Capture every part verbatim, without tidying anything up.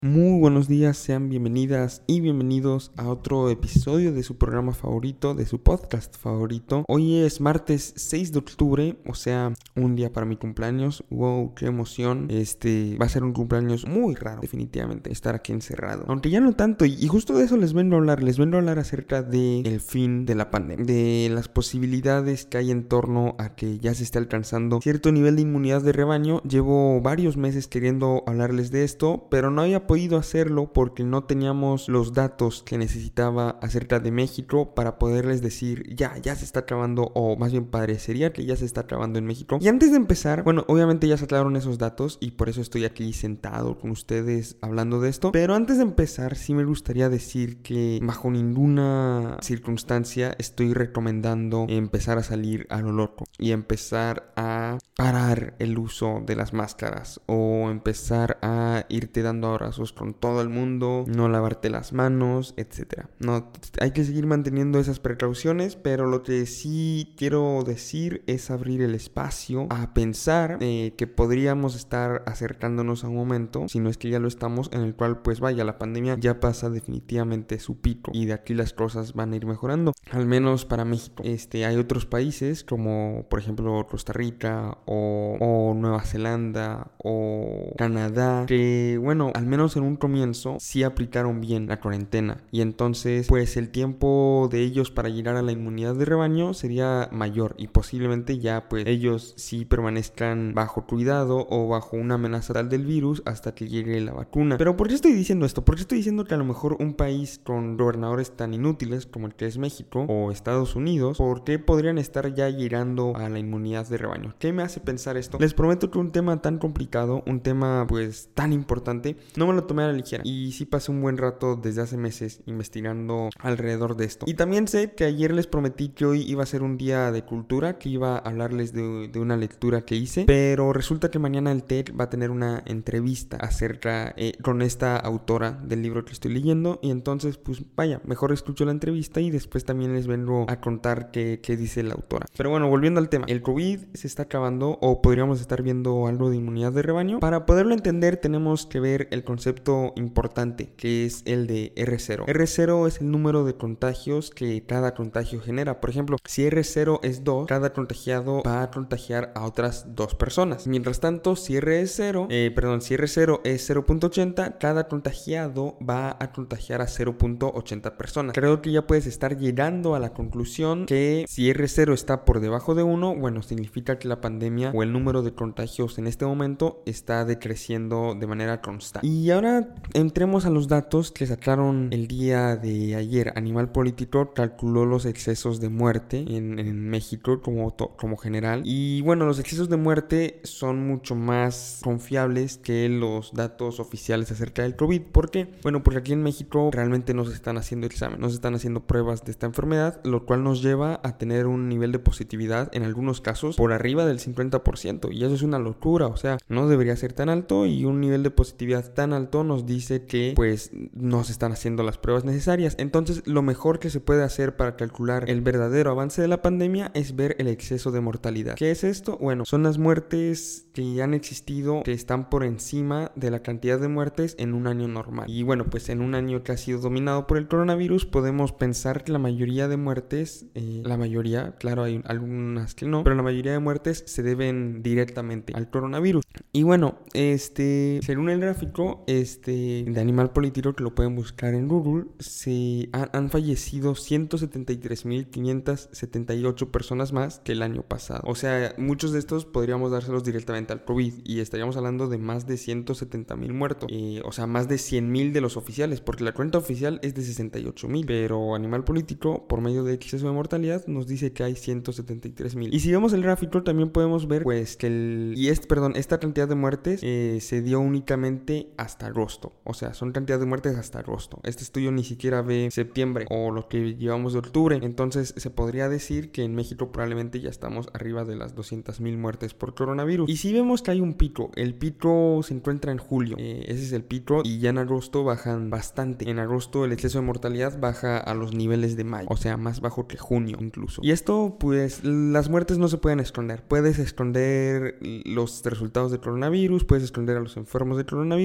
Muy buenos días, sean bienvenidas y bienvenidos a otro episodio de su programa favorito, de su podcast favorito. Hoy es martes seis de octubre, o sea, un día para mi cumpleaños. Wow, qué emoción. Este va a ser un cumpleaños muy raro, definitivamente, estar aquí encerrado. Aunque ya no tanto, y justo de eso les vengo a hablar. Les vengo a hablar acerca del fin de la pandemia, de las posibilidades que hay en torno a que ya se esté alcanzando cierto nivel de inmunidad de rebaño. Llevo varios meses queriendo hablarles de esto, pero no había podido hacerlo porque no teníamos los datos que necesitaba acerca de México para poderles decir ya, ya se está acabando, o más bien parecería que ya se está acabando en México. Y antes de empezar, bueno, obviamente ya se aclararon esos datos y por eso estoy aquí sentado con ustedes hablando de esto, pero antes de empezar sí me gustaría decir que bajo ninguna circunstancia estoy recomendando empezar a salir a lo loco y empezar a parar el uso de las máscaras o empezar a irte dando abrazos con todo el mundo, no lavarte las manos, etcétera. No, hay que seguir manteniendo esas precauciones, pero lo que sí quiero decir es abrir el espacio a pensar eh, que podríamos estar acercándonos a un momento, si no es que ya lo estamos, en el cual pues vaya, la pandemia ya pasa definitivamente su pico y de aquí las cosas van a ir mejorando, al menos para México. Este, hay otros países como por ejemplo Costa Rica o, o Nueva Zelanda o Canadá que bueno, al menos en un comienzo sí aplicaron bien la cuarentena y entonces pues el tiempo de ellos para llegar a la inmunidad de rebaño sería mayor y posiblemente ya pues ellos sí permanezcan bajo cuidado o bajo una amenaza tal del virus hasta que llegue la vacuna. Pero ¿por qué estoy diciendo esto? Porque estoy diciendo que a lo mejor un país con gobernadores tan inútiles como el que es México o Estados Unidos, ¿por qué podrían estar ya llegando a la inmunidad de rebaño? ¿Qué me hace pensar esto? Les prometo que un tema tan complicado, un tema pues tan importante, no me lo tomé a la ligera y sí pasé un buen rato desde hace meses investigando alrededor de esto. Y también sé que ayer les prometí que hoy iba a ser un día de cultura, que iba a hablarles de, de una lectura que hice, pero resulta que mañana el T E D va a tener una entrevista acerca eh, con esta autora del libro que estoy leyendo y entonces pues vaya, mejor escucho la entrevista y después también les vengo a contar qué, qué dice la autora. Pero bueno, volviendo al tema, el COVID se está acabando o podríamos estar viendo algo de inmunidad de rebaño. Para poderlo entender tenemos que ver el concepto importante que es el de R cero. R cero es el número de contagios que cada contagio genera. Por ejemplo, si R cero es dos, cada contagiado va a contagiar a otras dos personas. Mientras tanto, si R es cero, eh, perdón, si R cero es cero punto ochenta, cada contagiado va a contagiar a cero punto ochenta personas. Creo que ya puedes estar llegando a la conclusión que si R cero está por debajo de uno, bueno, significa que la pandemia o el número de contagios en este momento está decreciendo de manera constante. Y ahora entremos a los datos que sacaron el día de ayer. Animal Político calculó los excesos de muerte en, en México como, to, como general. Y bueno, los excesos de muerte son mucho más confiables que los datos oficiales acerca del COVID. ¿Por qué? Bueno, porque aquí en México realmente no se están haciendo exámenes, no se están haciendo pruebas de esta enfermedad, lo cual nos lleva a tener un nivel de positividad en algunos casos por arriba del cincuenta por ciento. Y eso es una locura, o sea, no debería ser tan alto y un nivel de positividad tan alto nos dice que pues no se están haciendo las pruebas necesarias. Entonces lo mejor que se puede hacer para calcular el verdadero avance de la pandemia es ver el exceso de mortalidad. ¿Qué es esto? Bueno, son las muertes que han existido que están por encima de la cantidad de muertes en un año normal. Y bueno, pues en un año que ha sido dominado por el coronavirus podemos pensar que la mayoría de muertes, eh, la mayoría, claro hay algunas que no, pero la mayoría de muertes se deben directamente al coronavirus. Y bueno, este, según el gráfico este, de Animal Político, que lo pueden buscar en Google, se han, han fallecido ciento setenta y tres mil quinientas setenta y ocho personas más que el año pasado. O sea, muchos de estos podríamos dárselos directamente al COVID y estaríamos hablando de más de ciento setenta mil muertos. Eh, o sea, más de cien mil de los oficiales, porque la cuenta oficial es de sesenta y ocho mil, pero Animal Político, por medio de exceso de mortalidad, nos dice que hay ciento setenta y tres mil. Y si vemos el gráfico, también podemos ver, pues, que el... Y este, perdón, esta cantidad de muertes eh, se dio únicamente hasta agosto. O sea, son cantidad de muertes hasta agosto. Este estudio ni siquiera ve septiembre o lo que llevamos de octubre. Entonces, se podría decir que en México probablemente ya estamos arriba de las doscientas mil muertes por coronavirus. Y si vemos que hay un pico, el pico se encuentra en julio. Eh, ese es el pico y ya en agosto bajan bastante. En agosto el exceso de mortalidad baja a los niveles de mayo. O sea, más bajo que junio incluso. Y esto, pues, las muertes no se pueden esconder. Puedes esconder los resultados del coronavirus, puedes esconder a los enfermos de coronavirus, pero un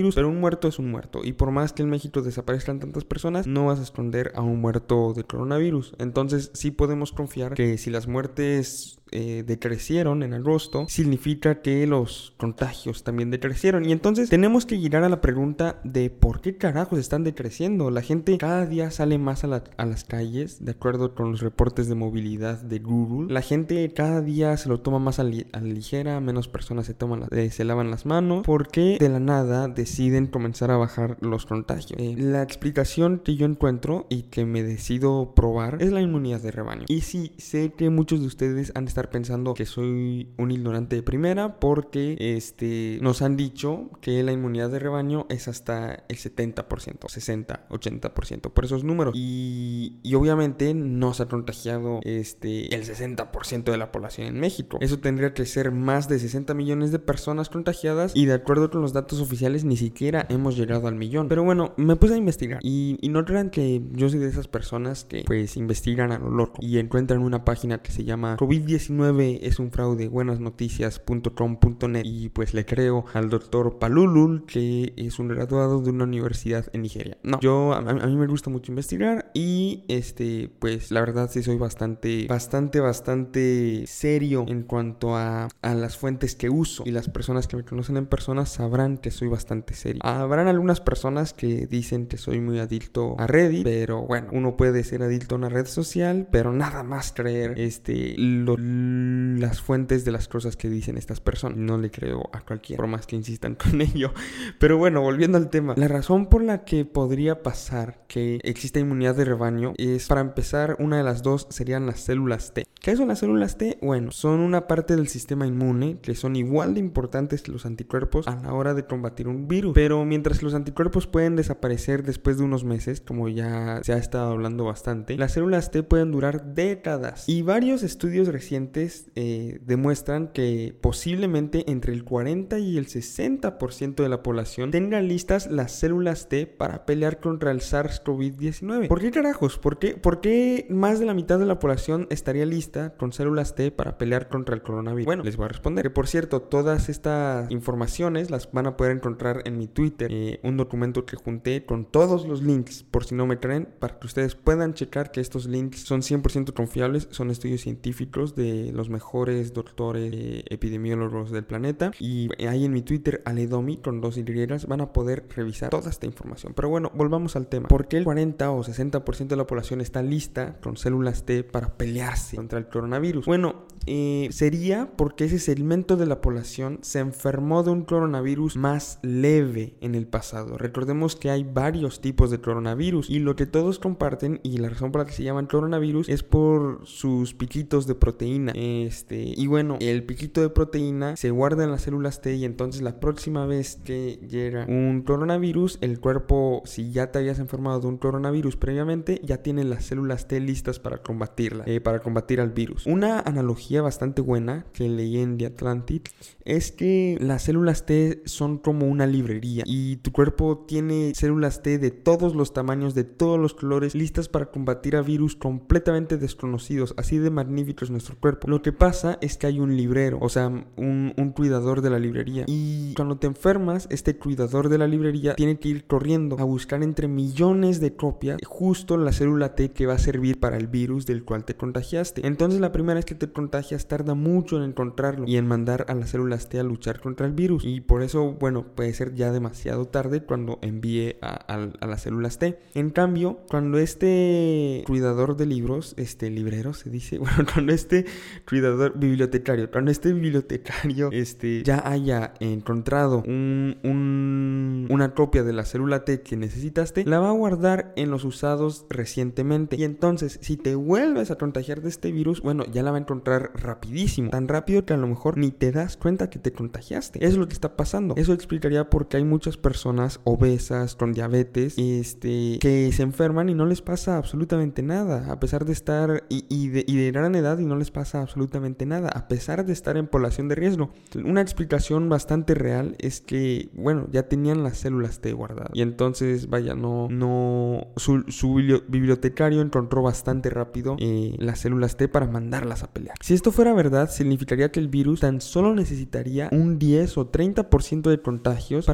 muerto es un muerto. Y por más que en México desaparezcan tantas personas, no vas a esconder a un muerto de coronavirus. Entonces sí podemos confiar que si las muertes eh, decrecieron en agosto, significa que los contagios también decrecieron. Y entonces tenemos que girar a la pregunta de por qué carajos están decreciendo. La gente cada día sale más a, la, a las calles, de acuerdo con los reportes de movilidad de Google. La gente cada día se lo toma más a, li a la ligera, menos personas se toman la, eh, se lavan las manos, porque de la nada deciden comenzar a bajar los contagios. Eh, la explicación que yo encuentro y que me decido probar es la inmunidad de rebaño. Y sí, sé que muchos de ustedes han de estar pensando que soy un ignorante de primera, porque este, nos han dicho que la inmunidad de rebaño es hasta el setenta por ciento, sesenta, ochenta por ciento, por esos números. Y, y obviamente no se ha contagiado este, el sesenta por ciento de la población en México. Eso tendría que ser más de sesenta millones de personas contagiadas, y de acuerdo con los datos oficiales ni siquiera hemos llegado al millón. Pero bueno, me puse a investigar y, y no crean que yo soy de esas personas que pues investigan a lo loco y encuentran una página que se llama COVID diecinueve es un fraude, buenas noticias punto com punto net, y pues le creo al doctor Palulul, que es un graduado de una universidad en Nigeria. No, yo a, a mí me gusta mucho investigar y este pues la verdad sí soy bastante bastante bastante serio en cuanto a, a las fuentes que uso, y las personas que me conocen en persona sabrán que soy bastante serio. Habrán algunas personas que dicen que soy muy adicto a Reddit, pero bueno, uno puede ser adicto a una red social, pero nada más creer este lo, las fuentes de las cosas que dicen estas personas. No le creo a cualquiera, por más que insistan con ello. Pero bueno, volviendo al tema, la razón por la que podría pasar que exista inmunidad de rebaño es, para empezar, una de las dos serían las células T. ¿Qué son las células T? Bueno, son una parte del sistema inmune que son igual de importantes que los anticuerpos a la hora de combatir un virus. Pero mientras los anticuerpos pueden desaparecer después de unos meses, como ya se ha estado hablando bastante, las células T pueden durar décadas. Y varios estudios recientes eh, demuestran que posiblemente entre el cuarenta y el sesenta por ciento de la población tengan listas las células T para pelear contra el SARS-CoV diecinueve. ¿Por qué carajos? ¿Por qué, ¿Por qué más de la mitad de la población estaría lista con células T para pelear contra el coronavirus? Bueno, les voy a responder. Que por cierto, todas estas informaciones las van a poder encontrar en mi Twitter, eh, un documento que junté con todos los links, por si no me creen, para que ustedes puedan checar que estos links son cien por ciento confiables, son estudios científicos de los mejores doctores eh, epidemiólogos del planeta, y ahí en mi Twitter, Aledomi, con dos Y, van a poder revisar toda esta información. Pero bueno, volvamos al tema. ¿Por qué el cuarenta o sesenta por ciento de la población está lista con células T para pelearse contra el coronavirus? Bueno, eh, sería porque ese segmento de la población se enfermó de un coronavirus más leve en el pasado. Recordemos que hay varios tipos de coronavirus, y lo que todos comparten, y la razón por la que se llaman coronavirus, es por sus piquitos de proteína. Este, y bueno, el piquito de proteína se guarda en las células T, y entonces la próxima vez que llega un coronavirus, el cuerpo, si ya te habías enfermado de un coronavirus previamente, ya tiene las células T listas para combatirla, eh, para combatir al virus. Una analogía bastante buena que leí en The Atlantic es que las células T son como una librería, y tu cuerpo tiene células T de todos los tamaños, de todos los colores, listas para combatir a virus completamente desconocidos. Así de magnífico es nuestro cuerpo. Lo que pasa es que hay un librero, o sea, un, un cuidador de la librería, y cuando te enfermas, este cuidador de la librería tiene que ir corriendo a buscar entre millones de copias justo la célula T que va a servir para el virus del cual te contagiaste. Entonces la primera vez que te contagias tarda mucho en encontrarlo y en mandar a las células T a luchar contra el virus, y por eso, bueno, puede ser ya demasiado tarde cuando envíe a, a, a las células T. En cambio, cuando este cuidador de libros, este librero se dice, bueno, cuando este cuidador bibliotecario, cuando este bibliotecario este, ya haya encontrado un, un, una copia de la célula T que necesitaste, la va a guardar en los usados recientemente, y entonces si te vuelves a contagiar de este virus, bueno, ya la va a encontrar rapidísimo, tan rápido que a lo mejor ni te das cuenta que te contagiaste. Eso es lo que está pasando. Eso explicaría por qué hay muchas personas obesas, con diabetes, este, que se enferman y no les pasa absolutamente nada, a pesar de estar y, y, de, y de gran edad, y no les pasa absolutamente nada, a pesar de estar en población de riesgo. Una explicación bastante real es que, bueno, ya tenían las células T guardadas, y entonces, vaya, no, no, su, su bibliotecario encontró bastante rápido eh, las células T para mandarlas a pelear. Si esto fuera verdad, significaría que el virus tan solo necesitaría un diez o treinta por ciento de contagios para llegar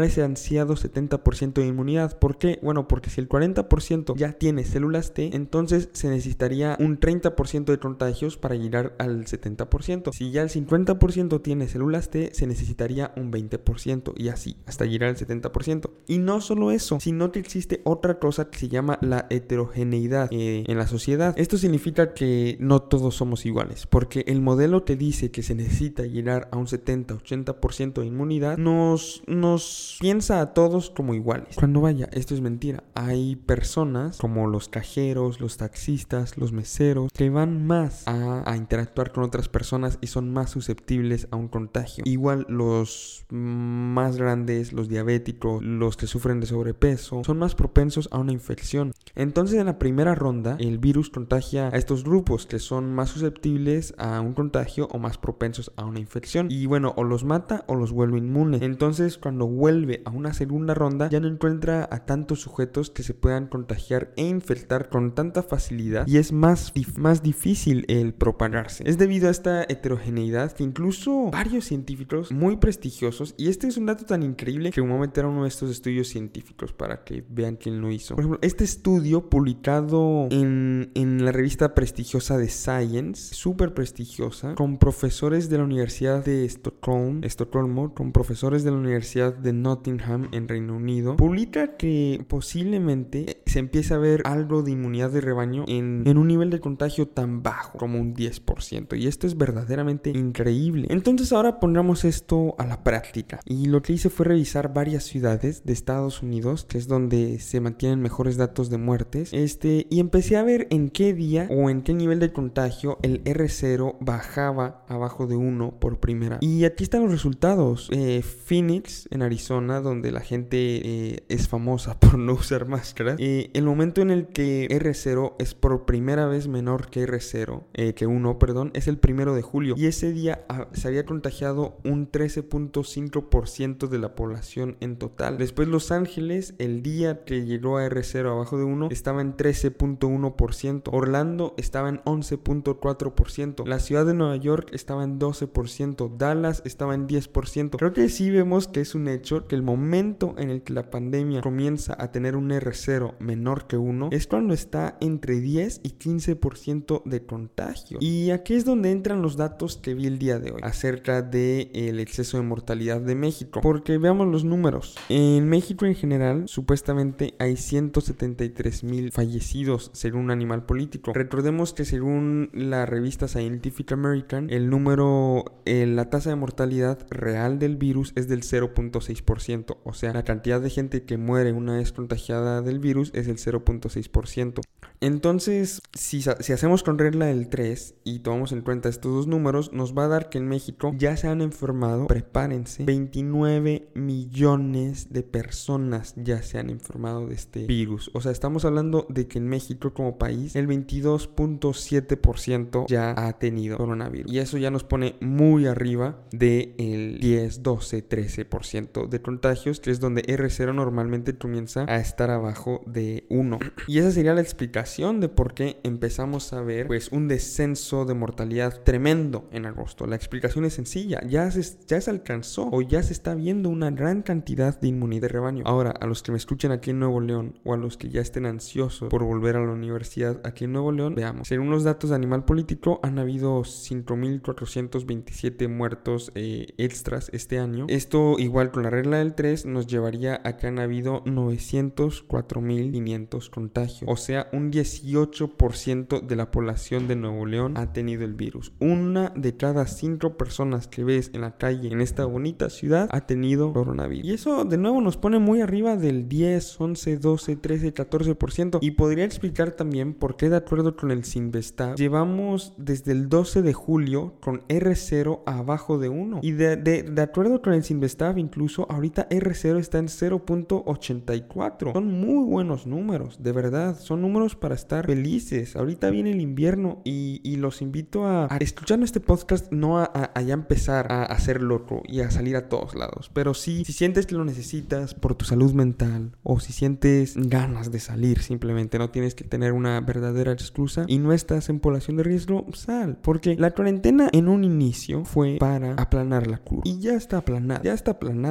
ese ansiado setenta por ciento de inmunidad. ¿Por qué? Bueno, porque si el cuarenta por ciento ya tiene células T, entonces se necesitaría un treinta por ciento de contagios para llegar al setenta por ciento. Si ya el cincuenta por ciento tiene células T, se necesitaría un veinte por ciento y así, hasta llegar al setenta por ciento. Y no solo eso, sino que existe otra cosa que se llama la heterogeneidad eh, en la sociedad. Esto significa que no todos somos iguales, porque el modelo que dice que se necesita llegar a un setenta a ochenta por ciento de inmunidad nos, nos piensa a todos como iguales. Cuando vaya, esto es mentira. Hay personas como los cajeros, los taxistas, los meseros, que van más a, a interactuar con otras personas y son más susceptibles a un contagio. Igual los más grandes, los diabéticos, los que sufren de sobrepeso, son más propensos a una infección. Entonces, en la primera ronda, el virus contagia a estos grupos que son más susceptibles a un contagio o más propensos a una infección. Y bueno, o los mata o los vuelve inmunes. Entonces, cuando vuelve a una segunda ronda, ya no encuentra a tantos sujetos que se puedan contagiar e infectar con tanta facilidad y es más, dif- más difícil el propagarse. Es debido a esta heterogeneidad que incluso varios científicos muy prestigiosos, y este es un dato tan increíble que voy a meter a uno de estos estudios científicos para que vean quién lo hizo. Por ejemplo, este estudio publicado en, en la revista prestigiosa de Science, súper prestigiosa, con profesores de la Universidad de Estocolmo, Estocolmo, con profesores de la Universidad de Nottingham en Reino Unido, publica que posiblemente se empiece a ver algo de inmunidad de rebaño en, en un nivel de contagio tan bajo como un diez por ciento, y esto es verdaderamente increíble. Entonces ahora pongamos esto a la práctica, y lo que hice fue revisar varias ciudades de Estados Unidos, que es donde se mantienen mejores datos de muertes, este, y empecé a ver en qué día o en qué nivel de contagio el R cero bajaba abajo de uno por primera. Y aquí están los resultados. Eh, Phoenix, en Arizona, donde la gente eh, es famosa por no usar máscaras, eh, el momento en el que R cero es por primera vez menor que R cero, eh, que uno, perdón, es el primero de julio. Y ese día ah, se había contagiado un trece punto cinco por ciento de la población en total. Después Los Ángeles, el día que llegó a R cero abajo de uno, estaba en trece punto uno por ciento. Orlando estaba en once punto cuatro por ciento. La ciudad de Nueva York estaba en doce por ciento. Dallas estaba en diez por ciento. Creo que sí vemos que es un hecho que el momento en el que la pandemia comienza a tener un R cero menor que uno es cuando está entre diez y quince por ciento de contagio. Y aquí es donde entran los datos que vi el día de hoy acerca del exceso de mortalidad de México. Porque veamos los números. En México en general, supuestamente hay ciento setenta y tres mil fallecidos según un animal político. Recordemos que según la revista Scientific American, el número, eh, la tasa de mortalidad real del virus es del cero punto seis por ciento. O sea, la cantidad de gente que muere una vez contagiada del virus es el cero punto seis por ciento. Entonces, si, si hacemos con regla del tres y tomamos en cuenta estos dos números, nos va a dar que en México ya se han enfermado, prepárense, veintinueve millones de personas ya se han enfermado de este virus. O sea, estamos hablando de que en México como país el veintidós punto siete por ciento ya ha tenido coronavirus. Y eso ya nos pone muy arriba del diez, doce, trece por ciento de contagios, que es donde R cero normalmente comienza a estar abajo de uno. Y esa sería la explicación de por qué empezamos a ver pues un descenso de mortalidad tremendo en agosto. La explicación es sencilla, ya se, ya se alcanzó o ya se está viendo una gran cantidad de inmunidad de rebaño. Ahora, a los que me escuchen aquí en Nuevo León o a los que ya estén ansiosos por volver a la universidad aquí en Nuevo León, veamos. Según los datos de Animal Político, han habido cinco mil cuatrocientos veintisiete muertos eh, extras este año. Esto, igual con la regla del tres, nos llevaría a que han habido novecientos cuatro mil quinientos contagios. O sea, un dieciocho por ciento de la población de Nuevo León ha tenido el virus. Una de cada cinco personas que ves en la calle en esta bonita ciudad ha tenido coronavirus. Y eso de nuevo nos pone muy arriba del diez, once, doce, trece, catorce por ciento. Y podría explicar también por qué, de acuerdo con el Cinvestav, llevamos desde el doce de julio con R cero abajo de uno. Y de, de, de acuerdo con el Cinvestav, incluso ahorita R cero está en cero punto ochenta y cuatro. Son muy buenos números, de verdad. Son números para estar felices. Ahorita viene el invierno y, y los invito a, a escuchar este podcast, no a, a, a ya empezar a, a ser loco y a salir a todos lados. Pero sí, si sientes que lo necesitas por tu salud mental o si sientes ganas de salir, simplemente no tienes que tener una verdadera excusa y no estás en población de riesgo, sal. Porque la cuarentena en un inicio fue para aplanar la curva. Y ya está aplanada, ya está aplanada.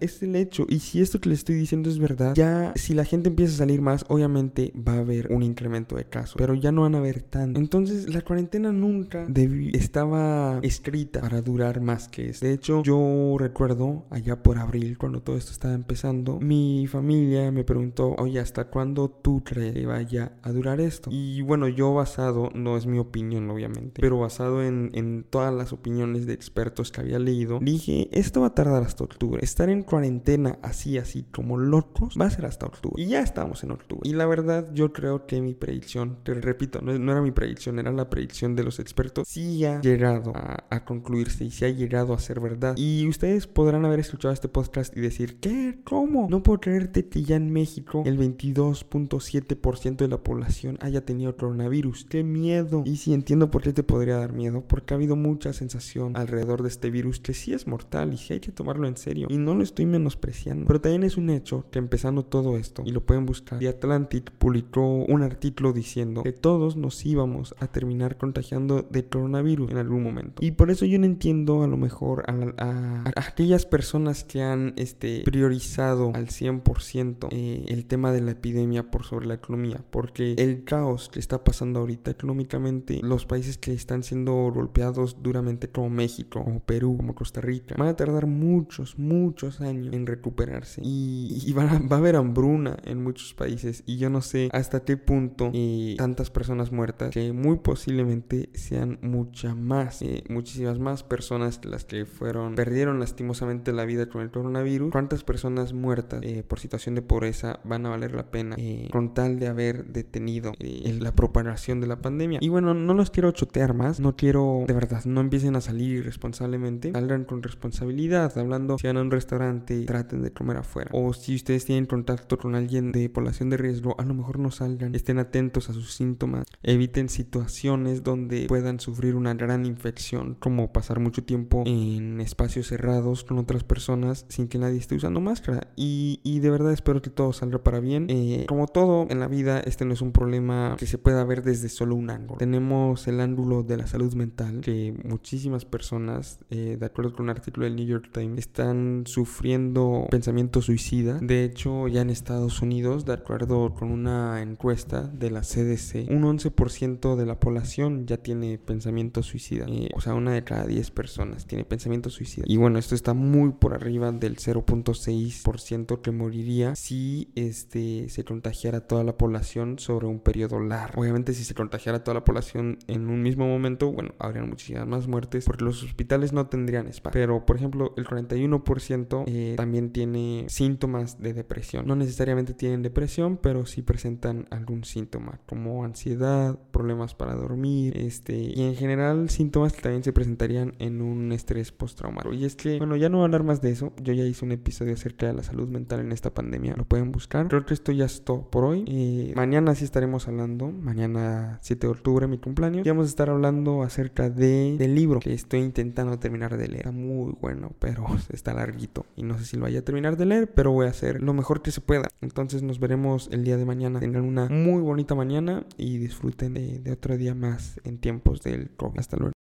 es el hecho. Y si esto que les estoy diciendo es verdad, ya si la gente empieza a salir más, obviamente va a haber un incremento de casos, pero ya no van a haber tanto. Entonces la cuarentena nunca debí, estaba escrita para durar más que eso. De hecho, yo recuerdo allá por abril, cuando todo esto estaba empezando, mi familia me preguntó, oye, ¿hasta cuándo tú crees que vaya a durar esto? Y bueno, yo basado, no es mi opinión obviamente, pero basado en, en todas las opiniones de expertos que había leído, dije, esto va a tardar hasta octubre. Estar en cuarentena así, así como locos, va a ser hasta octubre. Y ya estamos en octubre. Y la verdad, yo creo que mi predicción, te repito, no, no era mi predicción, era la predicción de los expertos, sí ha llegado a, a concluirse y sí ha llegado a ser verdad. Y ustedes podrán haber escuchado este podcast y decir, ¿qué? ¿Cómo? No puedo creerte que ya en México el veintidós punto siete por ciento de la población haya tenido coronavirus. ¡Qué miedo! Y sí entiendo por qué te podría dar miedo, porque ha habido mucha sensación alrededor de este virus que sí es mortal y sí hay que tomarlo en serio. Y no lo estoy menospreciando. Pero también es un hecho que empezando todo esto, y lo pueden buscar, The Atlantic publicó un artículo diciendo que todos nos íbamos a terminar contagiando de coronavirus en algún momento. Y por eso yo no entiendo a lo mejor a, la, a, a aquellas personas que han este, priorizado al cien por ciento eh, el tema de la epidemia por sobre la economía, porque el caos que está pasando ahorita económicamente, los países que están siendo golpeados duramente como México, como Perú, como Costa Rica, van a tardar muchos, muchos años en recuperarse y, y van a, va a haber hambruna en muchos países y yo no sé hasta qué punto eh, tantas personas muertas, que muy posiblemente sean muchas más, eh, muchísimas más personas que las que fueron, perdieron lastimosamente la vida con el coronavirus. ¿Cuántas personas muertas eh, por situación de pobreza van a valer la pena eh, con tal de haber detenido eh, la propagación de la pandemia? Y bueno, no los quiero chotear más, no quiero, de verdad, no empiecen a salir irresponsablemente, salgan con responsabilidad, hablando, si van a un restaurante, traten de comer afuera, o si ustedes tienen contacto con alguien de población de riesgo, a lo mejor no salgan, estén atentos a sus síntomas, eviten situaciones donde puedan sufrir una gran infección, como pasar mucho tiempo en espacios cerrados con otras personas sin que nadie esté usando máscara, y, y de verdad espero que todo salga para bien. Eh, como todo en la vida, este no es un problema que se pueda ver desde solo un ángulo. Tenemos el ángulo de la salud mental, que muchísimas personas, eh, de acuerdo con un artículo del New York Times, están sufriendo pensamientos suicidas. De hecho, ya en Estados Unidos, de acuerdo con una encuesta de la C D C, un once por ciento de la población ya tiene pensamientos suicidas. Eh, o sea, una de cada diez personas tiene pensamientos suicidas. Y bueno, esto está muy por arriba del cero punto seis por ciento que moriría si este, se contagiara toda la población sobre un periodo largo. Obviamente, si se contagiara toda la población en un mismo momento, bueno, habrían muchísimas más muertes porque los hospitales no tendrían espacio. Pero, por ejemplo, el cuarenta y uno por ciento eh, también tiene síntomas de depresión. No necesariamente tienen depresión, pero sí presentan algún síntoma como ansiedad, problemas para dormir, este, y en general síntomas que también se presentarían en un estrés postraumático. Y es que, bueno, ya no voy a hablar más de eso. Yo ya hice un episodio acerca de la salud mental en esta pandemia. Lo pueden buscar. Creo que esto ya es todo por hoy. Eh, mañana sí estaremos hablando. Mañana siete de octubre, mi cumpleaños. Y vamos a estar hablando acerca de, del libro que estoy intentando terminar de leer. Está muy bueno, pero está larguito. Y no sé si lo vaya a terminar de leer, pero voy a hacer lo mejor que se pueda. Entonces nos veremos el día de mañana. Tengan una muy bonita mañana y disfruten de, de otro día más en tiempos del COVID. Hasta luego.